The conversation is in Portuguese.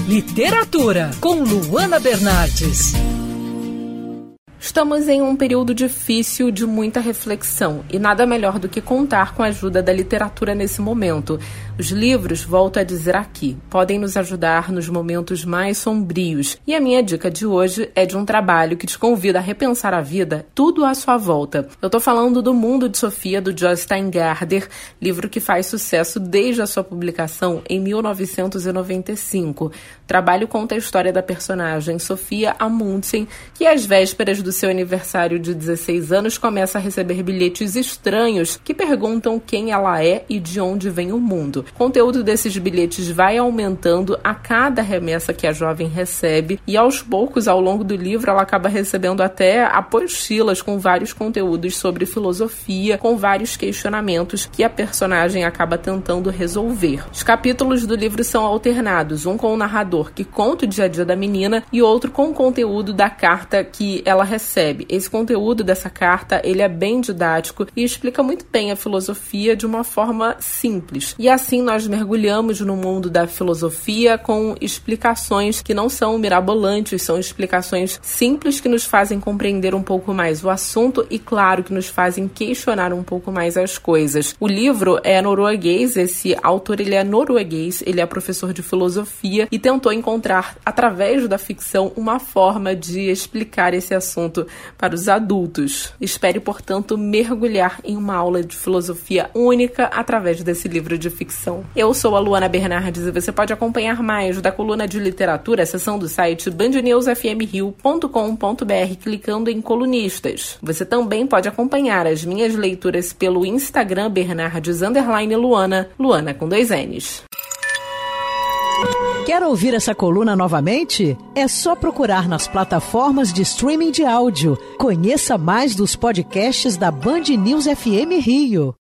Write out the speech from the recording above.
Literatura, com Luana Bernardes. Estamos em um período difícil de muita reflexão e nada melhor do que contar com a ajuda da literatura nesse momento. Os livros, volto a dizer aqui, podem nos ajudar nos momentos mais sombrios. E a minha dica de hoje é de um trabalho que te convida a repensar a vida, tudo à sua volta. Eu tô falando do Mundo de Sofia, do Joyce Steingarder, livro que faz sucesso desde a sua publicação em 1995. O trabalho conta a história da personagem Sofia Amundsen, que às vésperas do seu aniversário de 16 anos começa a receber bilhetes estranhos que perguntam quem ela é e de onde vem o mundo. O conteúdo desses bilhetes vai aumentando a cada remessa que a jovem recebe e aos poucos, ao longo do livro, ela acaba recebendo até apostilas com vários conteúdos sobre filosofia, com vários questionamentos que a personagem acaba tentando resolver. Os capítulos do livro são alternados, um com o narrador que conta o dia a dia da menina e outro com o conteúdo da carta que ela recebe. Esse conteúdo dessa carta, ele é bem didático e explica muito bem a filosofia de uma forma simples. E assim nós mergulhamos no mundo da filosofia com explicações que não são mirabolantes, são explicações simples que nos fazem compreender um pouco mais o assunto e, claro, que nos fazem questionar um pouco mais as coisas. O livro é norueguês, esse autor ele é norueguês, ele é professor de filosofia e tentou encontrar, através da ficção, uma forma de explicar esse assunto para os adultos. Espere, portanto, mergulhar em uma aula de filosofia única através desse livro de ficção. Eu sou a Luana Bernardes e você pode acompanhar mais da coluna de literatura, a seção do site bandnewsfmrio.com.br, clicando em colunistas. Você também pode acompanhar as minhas leituras pelo Instagram Bernardes_Luana, Luana com 2 N's. Quer ouvir essa coluna novamente? É só procurar nas plataformas de streaming de áudio. Conheça mais dos podcasts da Band News FM Rio.